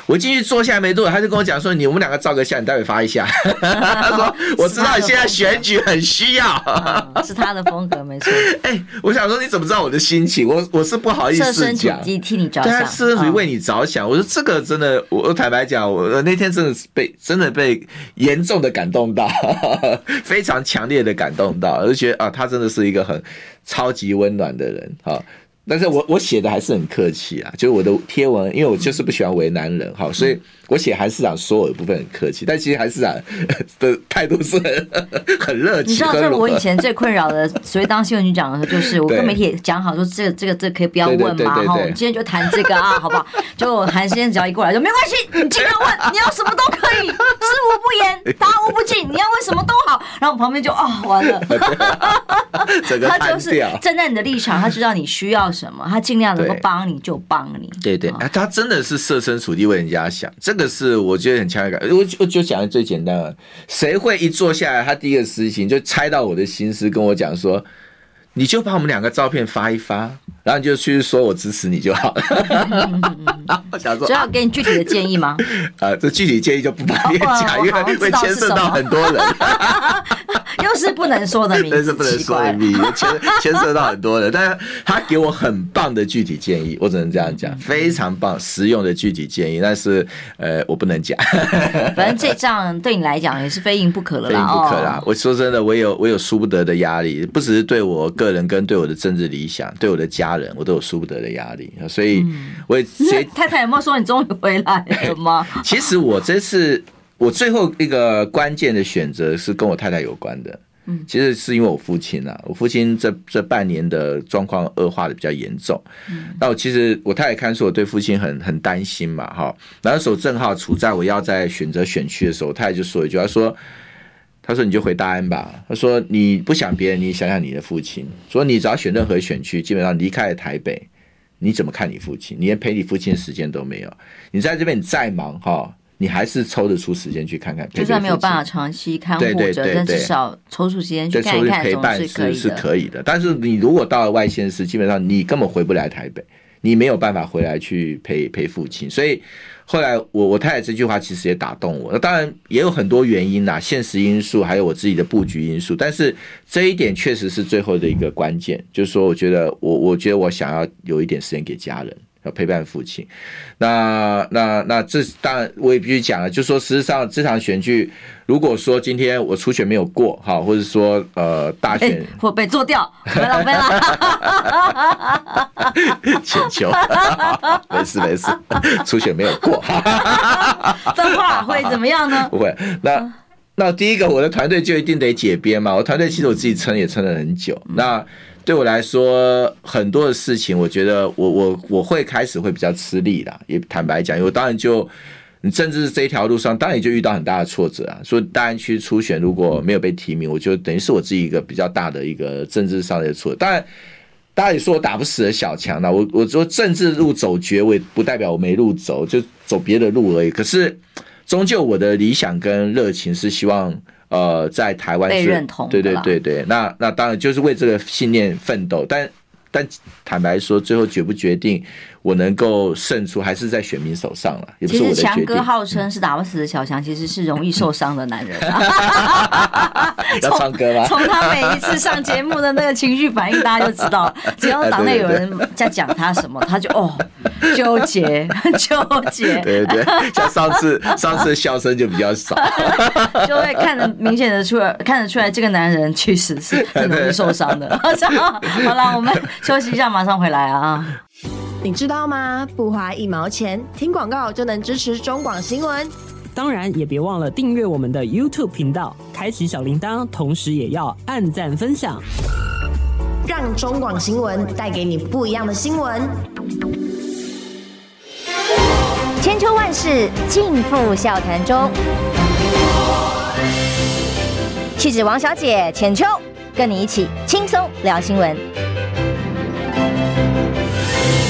我进去坐下来没多久，他就跟我讲说：“我们两个照个相，你待会发一下。”他说：“我知道你现在选举很需要。” 是他的风格，没错。 我想说你怎么知道我的心情？我是不好意思讲， 设身处地替你着想， 对，设身处地为你着想。我说这个真的，我坦白讲，我那天真的被严重的感动到，非常强烈的感动到，我就觉得他真的是一个很超级温暖的人哈。但是我写的还是很客气啊，就是我的贴文，因为我就是不喜欢为难人哈，所以我写韩市长所有的部分很客气，但其实韩市长的态度是很热情。 你知道，就是我以前最困扰的，所以当新闻局长的时候，就是我跟媒体讲好说，这个可以不要问嘛，哈，我们今天就谈这个啊，好不好？就韩先生只要一过来就没关系，你尽量问，你要什么都可以，知无不言，答无不尽，你要问什么都好。然后我旁边就完了， 他就是站在你的立场，他知道你需要什么，他尽量能够帮你就帮你。 对，他真的是设身处地为人家想，这个是我觉得很强烈感。我就讲的最简单了，谁会一坐下来，他第一个事情就猜到我的心思，跟我讲说，你就把我们两个照片发一发，然后你就去说我支持你就好了。我想说， 所以要给你具体的建议吗？ 这具体建议就不方便讲，因为会牵涉到很多人。 又是不能说的名字， 这是不能说的秘密，牵涉到很多人。但是他给我很棒的具体建议，我只能这样讲，非常棒、实用的具体建议。但是我不能讲。 反正这仗对你来讲也是非赢不可了啦， 非赢不可啦。我说真的，我有输不得的压力，不只是对我个人，跟对我的政治理想，对我的家人，我都有输不得的压力。所以我也太太有没有说你终于回来了吗？ 其实我这次。我最后一个关键的选择是跟我太太有关的，其实是因为我父亲啊，我父亲这半年的状况恶化的比较严重，那其实我太太看出我对父亲很担心嘛，哈，那时候正好处在我要在选择选区的时候，我太太就说一句，她说你就回大安吧，她说你不想别人，你想想你的父亲，说你只要选任何选区，基本上离开了台北，你怎么看你父亲？你连陪你父亲的时间都没有，你在这边你再忙哈。你还是抽得出时间去看看， 就算没有办法长期看护着，但至少抽出时间去看一看， 陪伴是可以的。但是你如果到了外县市，基本上你根本回不来台北，你没有办法回来去陪父亲。所以后来我太太这句话其实也打动我。那当然也有很多原因啦，现实因素还有我自己的布局因素，但是这一点确实是最后的一个关键，就是说我觉得我想要有一点时间给家人。要陪伴父亲，那这当然我也必须讲了，就是说事实上这场选举，如果说今天我初选没有过，好，或者说大选会被做掉，没了， 请求，没事，初选没有过， 的话会怎么样呢？ 不会，那第一个我的团队就一定得解编嘛，我团队其实我自己撑也撑了很久，那。对我来说，很多的事情，我觉得我会开始会比较吃力啦。也坦白讲，我当然你政治这一条路上，当然也就遇到很大的挫折啊。说大安区初选如果没有被提名，我就等于是我自己一个比较大的一个政治上的挫折。当然，大家也说我打不死的小强啦。我说政治路走绝，我也不代表我没路走，就走别的路而已。可是，终究我的理想跟热情是希望。在台湾是被认同的， 对，那当然就是为这个信念奋斗，但坦白说，最后决不决定我能够胜出，还是在选民手上了，也不是我的决定。 其实强哥号称是打不死的小强，其实是容易受伤的男人。 要唱歌吗？ 从他每一次上节目的那个情绪反应，大家就知道，只要党内有人在讲他什么，他就纠结。 对，像上次的笑声就比较少， 就会看得出来，这个男人确实是很容易受伤的。好了，我们休息一下，马上回来啊！ 你知道吗？不花1毛钱，听广告就能支持中广新闻。 当然也别忘了订阅我们的 YouTube 频道，开启小铃铛，同时也要按赞分享， 让中广新闻带给你不一样的新闻。千秋万世尽付笑谈中，气质王小姐浅秋，跟你一起轻松聊新闻。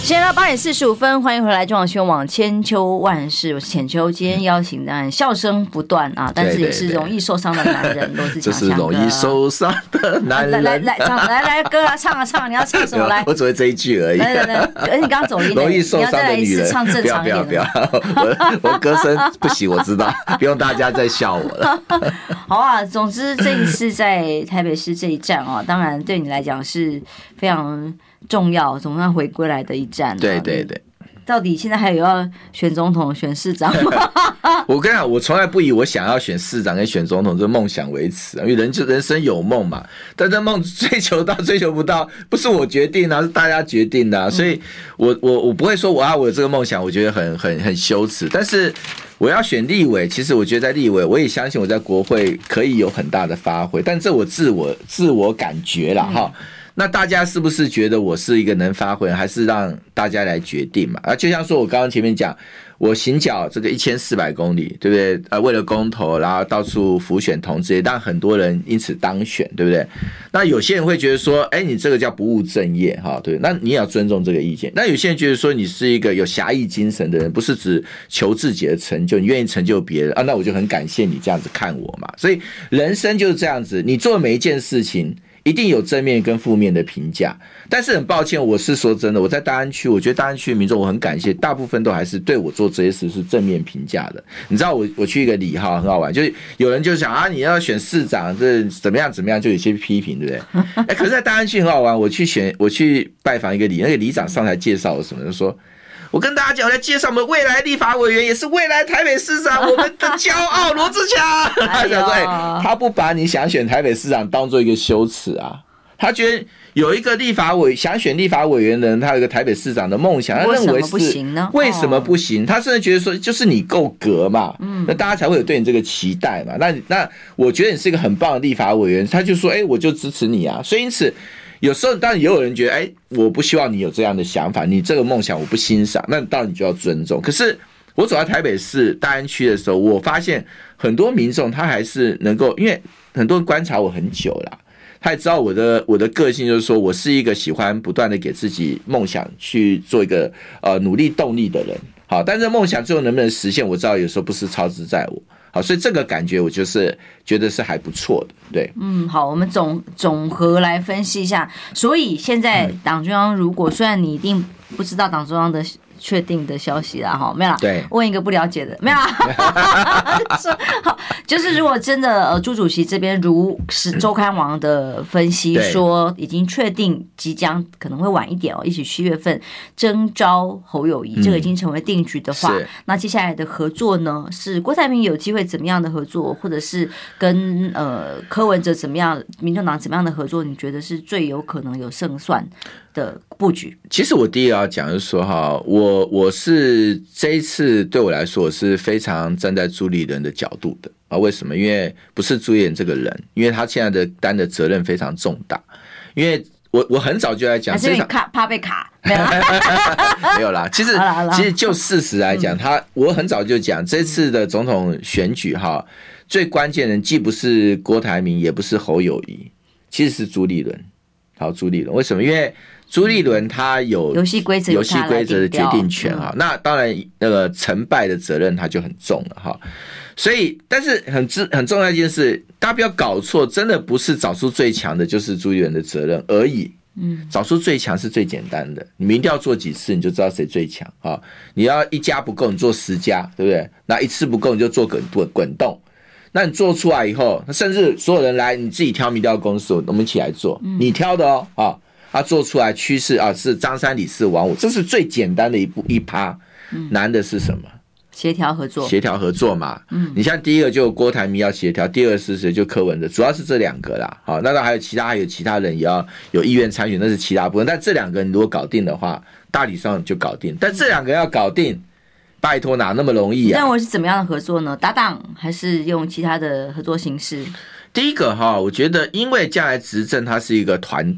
现在到8:45，欢迎回来中广新闻网千秋万世，我是浅秋。今天邀请的笑声不断啊，但是也是容易受伤的男人，罗志强。 这是容易受伤的男人。 来唱，来歌啊，唱啊唱，你要唱什么来？ 我只会这一句而已。 来，你刚刚走音， 容易受伤的女人， 唱正常一点。 不要，我歌声不行，我知道，不用大家再笑我了。 好啊，总之这一次在台北市这一站啊，当然对你来讲是非常重要，总算回归来的一站。 对。 到底现在还有要选总统、选市长吗？ 我跟你讲，我从来不以我想要选市长跟选总统这梦想为耻，因为人生有梦嘛，但这梦追求到追求不到，不是我决定啊，是大家决定的啊。所以我不会说我有这个梦想，我觉得很羞耻。但是我要选立委，其实我觉得在立委，我也相信我在国会可以有很大的发挥，但这我自我感觉啦哈。那大家是不是觉得我是一个能发挥，还是让大家来决定嘛？就像说我刚刚前面讲，我行脚这个1400公里，对不对？为了公投，然后到处辅选同志，也让很多人因此当选，对不对？那有些人会觉得说，你这个叫不务正业，哈，对，那你也要尊重这个意见。那有些人觉得说，你是一个有侠义精神的人，不是只求自己的成就，你愿意成就别人啊，那我就很感谢你这样子看我嘛。所以人生就是这样子，你做每一件事情，一定有正面跟负面的评价，但是很抱歉，我是说真的，我在大安区，我觉得大安区的民众我很感谢，大部分都还是对我做这些事是正面评价的。你知道我去一个里哈很好玩，就是有人就想你要选市长，这怎么样，就有些批评，对不对？可是在大安区很好玩，我去拜访一个里，那个里长上台介绍我什么，就说。我跟大家讲，我在介绍我们未来立法委员，也是未来台北市长，我们的骄傲罗志强。他讲说，他不把你想选台北市长当做一个羞耻啊，他觉得有一个想选立法委员的人，他有一个台北市长的梦想，他认为是为什么不行？他甚至觉得说，就是你够格嘛，那大家才会有对你这个期待嘛。那我觉得你是一个很棒的立法委员，他就说，我就支持你啊。所以因此。有时候当然也有人觉得，我不希望你有这样的想法，你这个梦想我不欣赏，那当然你就要尊重。可是我走在台北市大安区的时候，我发现很多民众他还是能够，因为很多人观察我很久了，他也知道我的个性，就是说我是一个喜欢不断的给自己梦想去做一个努力动力的人。好，但是梦想最后能不能实现，我知道有时候不是操之在我。好，所以这个感觉我就是觉得是还不错的，对。 好，我们总和来分析一下。所以现在党中央，如果虽然你一定不知道党中央的确定的消息啦，没有啦。 对， 问一个不了解的，没有啦。好，就是如果真的朱主席这边如是周刊网的分析说，已经确定即将可能会晚一点一起7月份征召侯友宜，这个已经成为定局的话，那接下来的合作呢，是郭台铭有机会怎么样的合作，或者是跟柯文哲怎么样，民众党怎么样的合作？你觉得是最有可能有胜算的布局？ 其实我第一个要讲就是说我是这一次对我来说，我是非常站在朱立伦的角度的啊。为什么？因为不是朱立伦这个人，因为他现在的担的责任非常重大。因为我很早就在讲， 还是你怕被卡？ 没有啦。其实就事实来讲，我很早就讲，这次的总统选举最关键的人既不是郭台铭，也不是侯友宜，其实是朱立伦。好，朱立伦为什么？因为朱立伦他有游戏规则的决定权那当然那个成败的责任他就很重了所以，但是很重要一件事，大家不要搞错，真的不是找出最强的就是朱立伦的责任而已。找出最强是最简单的，你们一定要做几次，你就知道谁最强你要1家不够，你做10家，对不对？那1次不够，你就做滚动。那你做出来以后，甚至所有人来，你自己挑民调公司，我们一起来做，你挑的做出来趋势是张三李四王五，这是最简单的一趴。难的是什么？ 协调合作嘛。 你像第一个就郭台铭要协调，第二个是谁？就柯文哲，主要是这2个啦。好，那还有其他人也要有意愿参选，那是其他部分。但这2个你如果搞定的话，大体上就搞定。但这2个要搞定，拜托哪那么容易啊？ 那我是怎么样的合作呢？搭档还是用其他的合作形式？ 第一个我觉得因为将来执政它是一个团队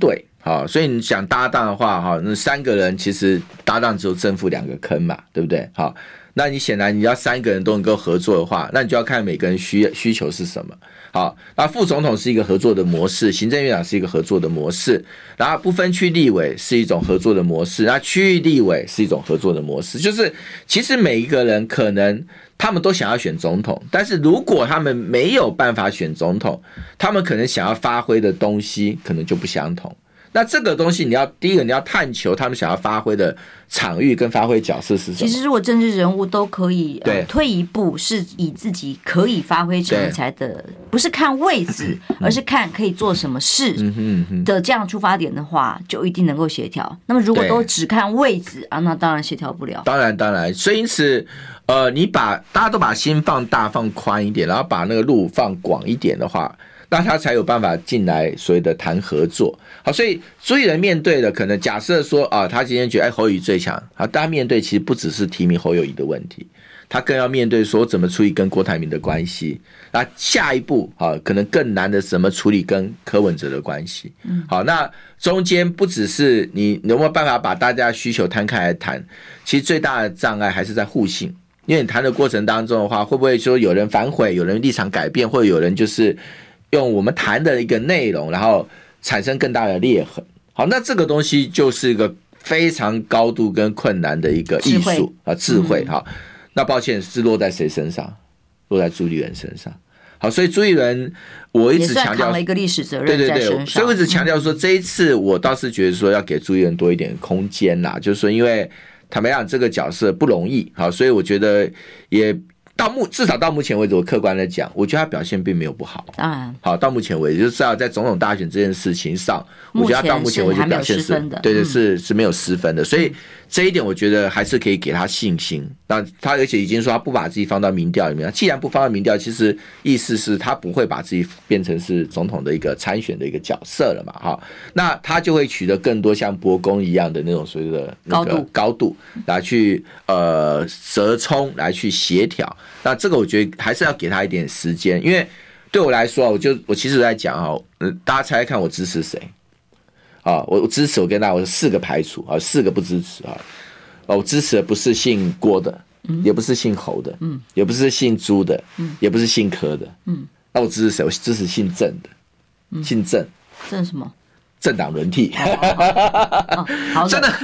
好，所以你想搭档的话，哈，那3个人其实搭档只有正负2个坑嘛，对不对？好，那你显然你要3个人都能够合作的话，那你就要看每个人需求是什么。好，那副总统是一个合作的模式，行政院长是一个合作的模式，然后不分区立委是一种合作的模式，那区域立委是一种合作的模式，就是其实每一个人可能他们都想要选总统，但是如果他们没有办法选总统，他们可能想要发挥的东西可能就不相同。那这个东西第一个你要探求他们想要发挥的场域跟发挥角色是什么。 其实如果政治人物都可以退一步，是以自己可以发挥成才的，不是看位置，而是看可以做什么事的这样出发点的话，就一定能够协调。那么如果都只看位置啊，那当然协调不了。 当然，所以因此你大家都把心放大放宽一点，然后把那个路放广一点的话，那他才有办法进来所谓的谈合作。好，所以朱立伦面对的可能假设说他今天觉得侯友宜最强，但他面对其实不只是提名侯友宜的问题，他更要面对说怎么处理跟郭台铭的关系。那下一步可能更难的怎么处理跟柯文哲的关系。好，那中间不只是你有没有办法把大家需求摊开来谈，其实最大的障碍还是在互信。因为你谈的过程当中的话，会不会说有人反悔，有人立场改变，或者有人就是用我们谈的一个内容，然后产生更大的裂痕。好，那这个东西就是一个非常高度跟困难的一个艺术智慧。好，那抱歉是落在谁身上？落在朱立伦身上。好，所以朱立伦我一直强调也算扛了一个历史责任在身上。 对，所以我一直强调说这一次我倒是觉得说要给朱立伦多一点空间啦，就是说因为坦白讲这个角色不容易。好，所以我觉得也至少到目前为止，我客观的讲，我觉得他表现并没有不好。好，到目前为止，就是要在总统大选这件事情上，我觉得他到目前为止表现是没有失分的。所以这一点，我觉得还是可以给他信心。那他而且已经说他不把自己放到民调里面，既然不放到民调，其实意思是他不会把自己变成是总统的一个参选的一个角色了嘛。好，那他就会取得更多像伯公一样的那种所谓的那个高度来去折冲，来去协调。那这个我觉得还是要给他一点时间，因为对我来说，我其实在讲大家猜猜看我支持谁我支持我跟大家我是4个排除4个不支持我支持的不是姓郭的，也不是姓侯的，也不是姓朱的，也不是姓柯的，那我支持谁？我支持姓郑的，姓郑。 郑什么？ 政党轮替，真的，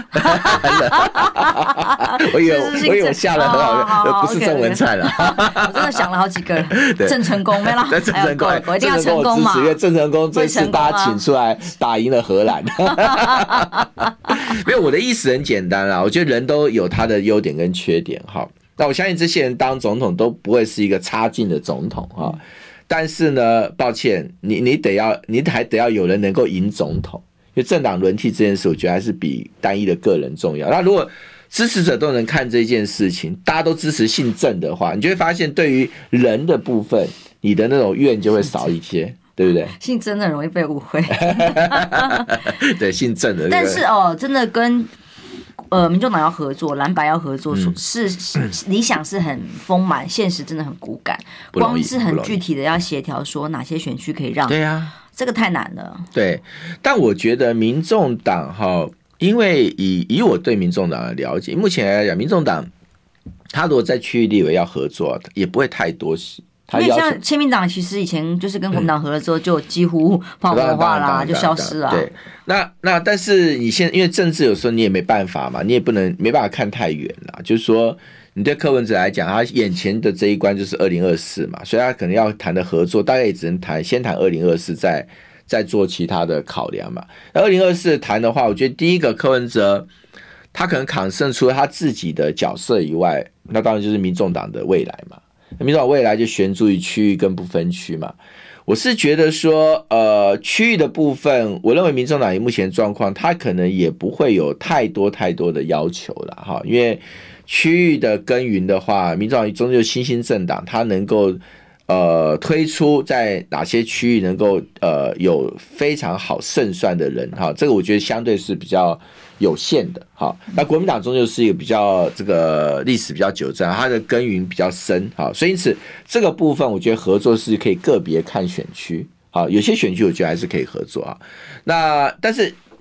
我以为我下了很好，不是郑文灿了， 我真的想了好几个，郑成功没了， 郑成功， 我一定要成功嘛， 因为郑成功这次大家请出来打赢了荷兰，没有，我的意思很简单啦，我觉得人都有他的优点跟缺点哈，那我相信这些人当总统都不会是一个差劲的总统哈。但是呢，抱歉，你还得要有人能够赢总统，因为政党轮替这件事，我觉得还是比单一的个人重要。那如果支持者都能看这件事情，大家都支持姓郑的话，你就会发现对于人的部分，你的那种怨就会少一些，对不对？ 姓郑的很容易被误会。 对，姓郑的、 但是真的跟民众党要合作，蓝白要合作，是理想是很丰满，现实真的很骨感。光是很具体的要协调，说哪些选区可以让， 对啊， 这个太难了。 对，但我觉得民众党因为以我对民众党的了解，目前来讲，民众党他如果在区域立委要合作，也不会太多事。 因为像亲民党其实以前就是跟国民党合了之后，就几乎泡沫化啦，就消失了。 对，那但是你现在因为政治有时候你也没办法嘛，你也没办法看太远啦。就是说，你对柯文哲来讲，他眼前的这一关就是2024嘛，所以他可能要谈的合作，大概也只能先谈2024，再做其他的考量嘛。那2024谈的话，我觉得第一个柯文哲他可能抗胜除了他自己的角色以外，那当然就是民众党的未来嘛。民众党未来就悬注于区域跟不分区嘛，我是觉得说，区域的部分，我认为民众党以目前状况，他可能也不会有太多的要求了哈，因为区域的耕耘的话，民众党终究新兴政党，它能够推出在哪些区域能够有非常好胜算的人哈，这个我觉得相对是比较有限的哈。那国民党终究是一个比较这个历史比较久政，它的耕耘比较深哈，所以因此这个部分我觉得合作是可以个别看选区，好，有些选区我觉得还是可以合作啊。那但是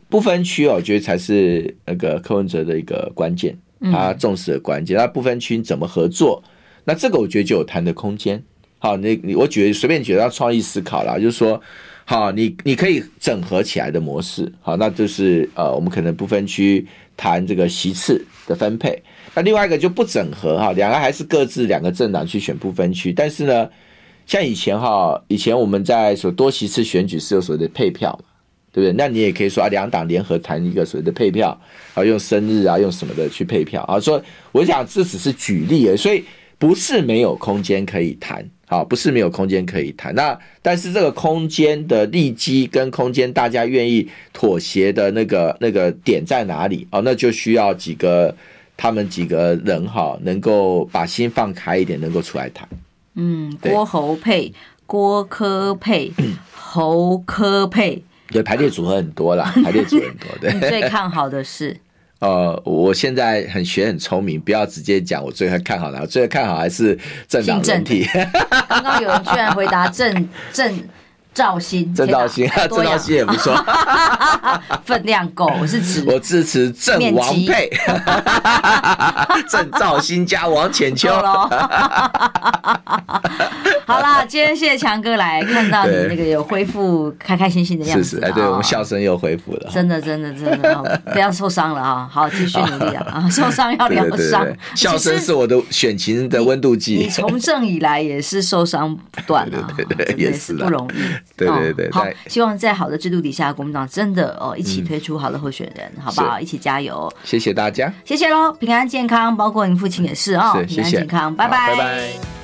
不分区我觉得才是那个柯文哲的一个关键，他重视的关键。那不分区怎么合作？那这个我觉得就有谈的空间。好，我觉得随便觉得要创意思考啦，就是说，好，你可以整合起来的模式。好，那就是我们可能不分区谈这个席次的分配。那另外一个就不整合哈，两个还是各自两个政党去选不分区，但是呢，像以前我们在所多席次选举是有所谓的配票嘛，对不对？那你也可以说两党联合谈一个所谓的配票，用生日用什么的去配票说我想这只是举例而已，所以不是没有空间可以谈，不是没有空间可以谈。那但是这个空间的利基跟空间大家愿意妥协的那个点在哪里那就需要他们几个人能够把心放开一点，能够出来谈。 郭侯配、郭柯配、侯柯配， 对，排列组合很多啦，排列组合很多。对， 你最看好的是？ 我现在很聪明，不要直接讲我最看好的，我最看好还是政党人体。 刚刚有人居然回答郑兆兴也不错， 分量够。我支持郑王配，郑兆兴加王浅秋。 好啦，今天谢谢强哥来，看到你那个有恢复开开心心的样子。 对，我们笑声又恢复了。 真的，不要受伤了好，继续努力受伤要疗伤。 笑声是我的选情的温度计。 你从政以来也是受伤不断对，也是不容易。 对， 好，希望在好的制度底下，国民党真的一起推出好的候选人，好不好？一起加油！ 谢谢大家， 谢谢喽，平安健康，包括您父亲也是平安健康，拜拜。